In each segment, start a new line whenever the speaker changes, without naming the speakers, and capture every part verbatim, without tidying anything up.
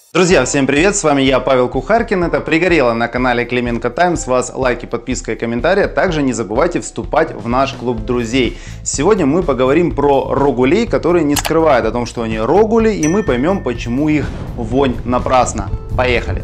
Друзья, всем привет, с вами я, Павел Кухаркин, это «Пригорело» на канале Клименко Тайм, с вас лайки, подписка и комментарии, также не забывайте вступать в наш клуб друзей. Сегодня мы поговорим про рогулей, которые не скрывают о том, что они рогули, и мы поймем, почему их вонь напрасна. Поехали!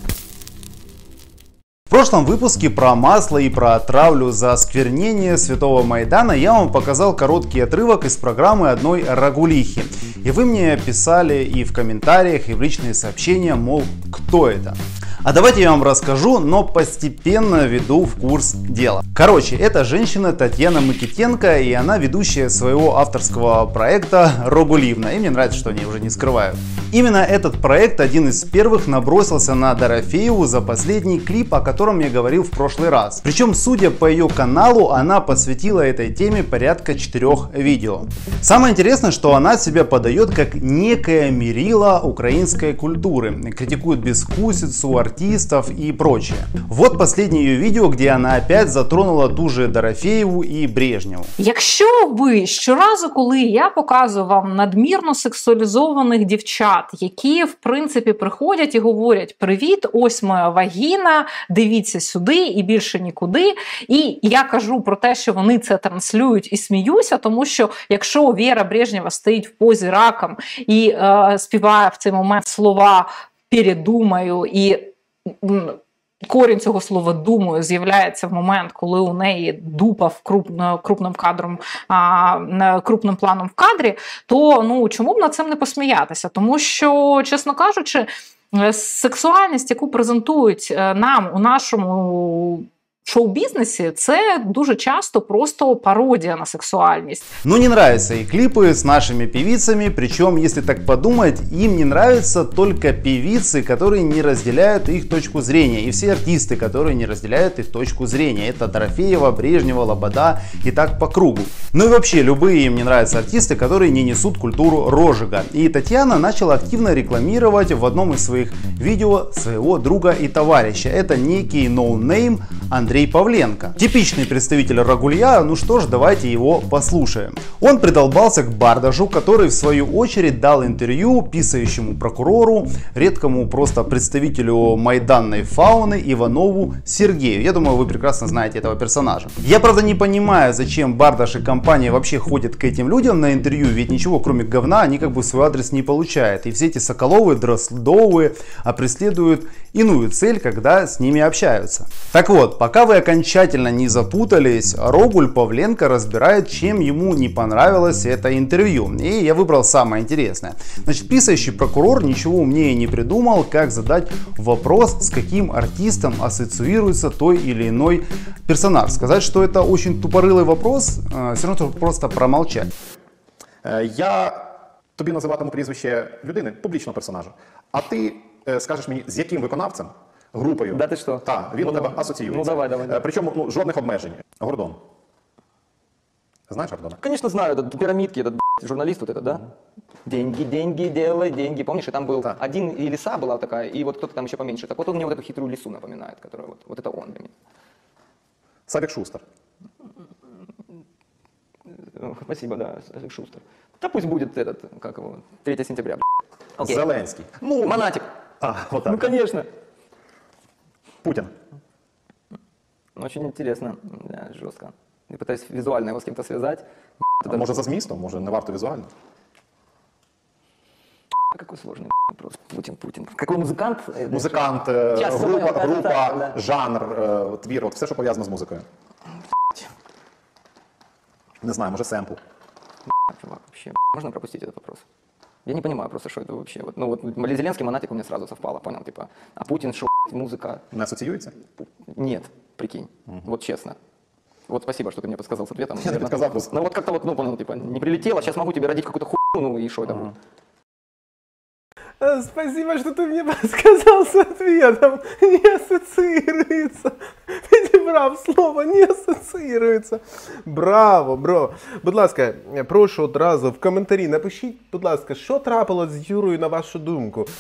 В прошлом выпуске про масло и про травлю за осквернение Святого Майдана я вам показал короткий отрывок из программы одной рогулихи. И вы мне писали и в комментариях, и в личные сообщения, мол, кто это? А давайте я вам расскажу, но постепенно веду в курс дела. Короче, это женщина Татьяна Микитенко, и она ведущая своего авторского проекта Рогулиевна. И мне нравится, что они уже не скрывают. Именно этот проект один из первых набросился на Дорофееву за последний клип, о котором я говорил в прошлый раз. Причем, судя по ее каналу, она посвятила этой теме порядка четырех видео. Самое интересное, что она себя подает как некое мерило украинской культуры. Критикует безвкусицу, артистов и прочее. Вот последнее ее видео, где она опять затронула ту же Дорофееву і Брежнєву.
Якщо ви щоразу, коли я показую вам надмірно сексуалізованих дівчат, які в принципі приходять і говорять: "Привіт, ось моя вагіна, дивіться сюди і більше нікуди", і я кажу про те, що вони це транслюють і сміюся, тому що якщо Віра Брежнєва стоїть в позі раком і е, співає в цей момент слова "передумаю" і корінь цього слова "думаю" з'являється в момент, коли у неї дупа в крупно, крупним кадром, а, крупним планом в кадрі, то ну чому б над цим не посміятися? Тому що, чесно кажучи, сексуальність, яку презентують нам у нашому шоу-бизнесе, це дуже часто просто пародия на сексуальность.
Ну, не нравятся и клипы с нашими певицами, причем, если так подумать, им не нравятся только певицы, которые не разделяют их точку зрения, и все артисты, которые не разделяют их точку зрения. Это Дорофеева, Брежнева, Лобода и так по кругу. Ну и вообще, любые им не нравятся артисты, которые не несут культуру розжига. И Татьяна начала активно рекламировать в одном из своих видео своего друга и товарища. Это некий ноунейм Андрей Павленко. Типичный представитель рогулья, ну что ж, давайте его послушаем. Он придолбался к Бардажу, который в свою очередь дал интервью писающему прокурору, редкому просто представителю майданной фауны Иванову Сергею. Я думаю, вы прекрасно знаете этого персонажа. Я, правда, не понимаю, зачем Бардаш и компания вообще ходят к этим людям на интервью, ведь ничего кроме говна они как бы в свой адрес не получают. И все эти Соколовы, Дроздовы а преследуют иную цель, когда с ними общаются. Так вот, пока вы окончательно не запутались, Рогуль Павленко разбирает, чем ему не понравилось это интервью. И я выбрал самое интересное. Значит, писающий прокурор ничего умнее не придумал, как задать вопрос, с каким артистом ассоциируется той или иной персонаж. Сказать, что это очень тупорылый вопрос, все равно просто промолчать.
Я тобі називатиму прізвище людини, публічного персонажа, а ти скажеш мені, з яким виконавцем, групою.
Да ти що?
Так, він
ну,
у тебе асоціюється.
Ну давай, давай. давай.
Причому ну, жодних обмежень. Гордон. Знаешь Гордона?
Конечно знаю, этот пирамидки, этот журналист вот этот, да? Деньги, деньги, делай деньги. Помнишь, и там был
да.
один, и лиса была такая, и вот кто-то там еще поменьше. Так вот он мне вот эту хитрую лису напоминает, которая вот, вот это он для меня.
Савик Шустер.
Спасибо, да, Савик Шустер. Да пусть будет этот, как его, третьего сентября.
Окей. Зеленский.
Ну, Монатик.
А, вот так.
Ну, конечно.
Путин.
Очень интересно, да, жестко. Я пытаюсь визуально его с кем-то связать.
А може за змістом, може не варто візуально?
Какой сложный вопрос. Путин, Путин. Какой музыкант?
Музикант,
Сейчас,
група,
да,
група
да, да.
жанр, твір, от все, що пов'язано з музикою. Не знаю, може семпл.
Чувак, вообще, можно пропустить этот вопрос? Я не понимаю просто, что это вообще. Вот, ну вот Зеленский, Монатик у меня сразу совпало, понял, типа, а Путин, шо, музыка.
Не асоціюється?
Нет, прикинь, угу. Вот честно. Вот спасибо, что ты мне подсказал с ответом.
Я тебе подсказал.
Ну вот как-то вот, ну понял, типа, не прилетело, сейчас могу тебе родить какую-то хуйню, ну и что это
ага.
будет?
Спасибо, что ты мне подсказал с ответом. Не ассоциируется. Ты прав, слово не ассоциируется. Браво, бро. Будь ласка, прошу одразу в коментарі напишіть, будь ласка, що трапилось з Юрою на вашу думку.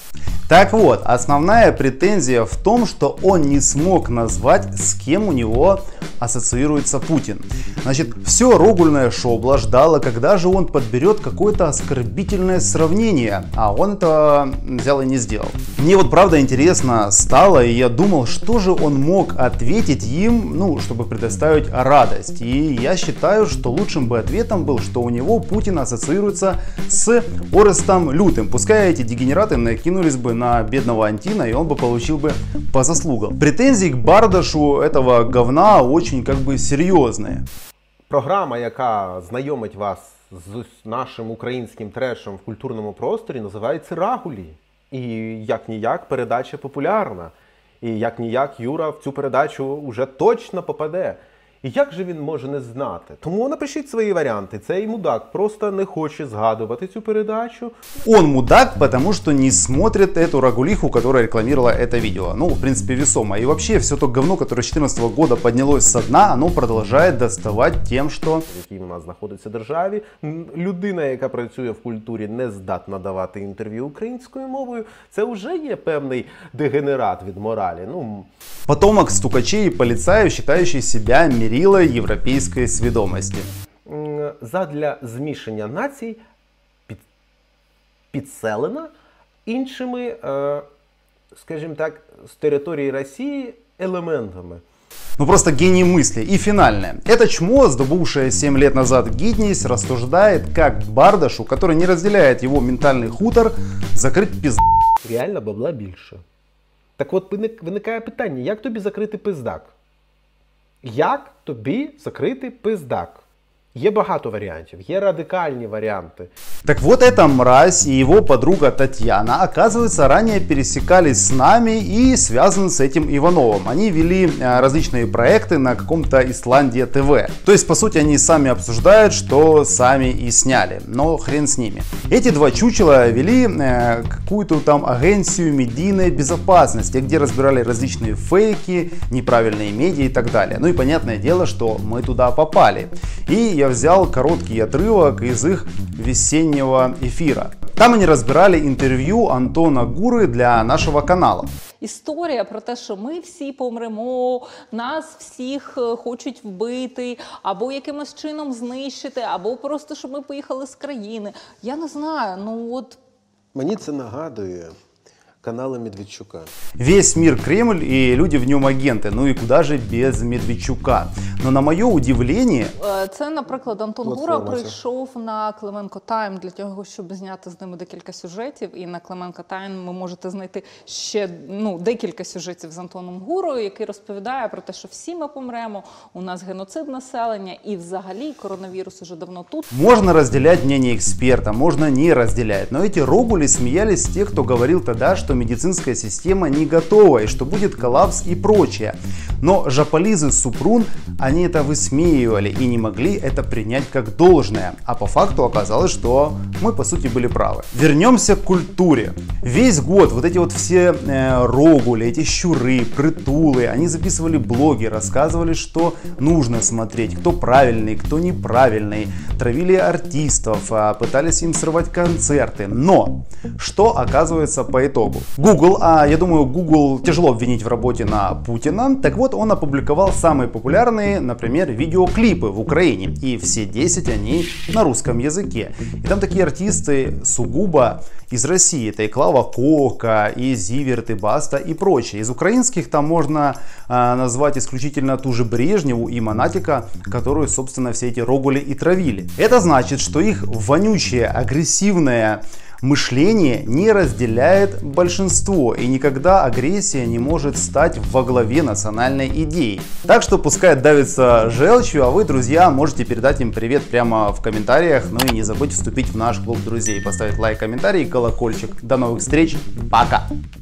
Так вот, основная претензия в том, что он не смог назвать, с кем у него ассоциируется Путин. Значит, все рогульное шобло ждало, когда же он подберет какое-то оскорбительное сравнение, а он это взял и не сделал. Мне вот правда интересно стало, и я думал, что же он мог ответить им, ну, чтобы предоставить радость. И я считаю, что лучшим бы ответом был, что у него Путин ассоциируется с Орестом Лютым. Пускай эти дегенераты накинулись бы на бедного Антина, и он бы получил бы по заслугам. Претензии к Бардашу этого говна очень как бы серйозне.
Програма, яка знайомить вас з нашим українським трешем в культурному просторі, називається «Рагулі». І як-ніяк передача популярна. І як-ніяк Юра в цю передачу уже точно попаде. І як же він може не знати? Тому напишіть свої варіанти. Цей мудак просто не хоче згадувати цю передачу.
Он мудак, потому что не смотрит эту рагулиху, которая рекламировала это видео. Ну, в принципе, весомо. И вообще, все то говно, которое с две тысячи четырнадцатого года поднялось со дна, оно продолжает доставать тем, что...
В якій у нас знаходиться державі. Людина, яка працює в культурі, не здатна давати інтерв'ю українською мовою. Це вже є певний дегенерат від моралі. Ну...
Потомок стукачей и полицаев, считающий себя мерилой европейской свідомості.
Задля змішання націй під... підселена іншими, е, скажімо так, з території Росії елементами.
Ну просто гений мысли. И финальное. Это чмо, сдобувшее семь лет назад гидність, рассуждает, как Бардашу, который не разделяет его ментальный хутор, закрыть пизд...
Реально бабла більше. Так от виникає питання, як тобі закрити пиздак? Як тобі закрити пиздак? Є багато варіантів, є радикальні варіанти.
Так вот эта мразь и его подруга Татьяна, оказывается, ранее пересекались с нами и связаны с этим Ивановым. Они вели различные проекты на каком-то Исландия ТВ. То есть, по сути, они сами обсуждают, что сами и сняли. Но хрен с ними. Эти два чучела вели э, какую-то там агенцию медийной безопасности, где разбирали различные фейки, неправильные медиа и так далее. Ну и понятное дело, что мы туда попали. И я взял короткий отрывок из их весеннего эфира. Там они разбирали интервью Антона Гуры для нашего канала.
Історія про те, що ми всі помремо, нас всіх хочуть вбити, або якимось чином знищити, або просто, щоб ми поїхали з країни. Я не знаю, ну от...
Мені це нагадує каналы Медведчука.
Весь мир Кремль и люди в нем агенты. Ну и куда же без Медведчука? Но на моє удивление...
Це, наприклад, Антон Гура прийшов на Клименко Тайм для того, щоб зняти з ними декілька сюжетів. І на Клименко Тайм ви можете знайти ще ну, декілька сюжетів з Антоном Гурою, який розповідає про те, що всі ми помремо, у нас геноцид населення і взагалі коронавірус уже давно тут.
Можно разделять мнение эксперта, можно не разделять. Но эти рогули смеялись с тех, кто говорил тогда, что медицинская система не готова и что будет коллапс и прочее. Но жополизы Супрун, они это высмеивали и не могли это принять как должное. А по факту оказалось, что мы по сути были правы. Вернемся к культуре. Весь год вот эти вот все э, рогули, эти щуры, притулы, они записывали блоги, рассказывали, что нужно смотреть, кто правильный, кто неправильный, травили артистов, пытались им срывать концерты. Но что оказывается по итогу? Google, а я думаю, Google тяжело обвинить в работе на Путина. Так вот, он опубликовал самые популярные, например, видеоклипы в Украине. И все десять они на русском языке. И там такие артисты сугубо из России. Это и Клава Кока, и Зиверт, и Баста, и прочее. Из украинских там можно э, назвать исключительно ту же Брежневу и Монатика, которую, собственно, все эти рогули и травили. Это значит, что их вонючее, агрессивное мышление не разделяет большинство, и никогда агрессия не может стать во главе национальной идеи. Так что пускай давится желчью, а вы, друзья, можете передать им привет прямо в комментариях. Ну и не забудьте вступить в наш клуб друзей, поставить лайк, комментарий, колокольчик. До новых встреч, пока!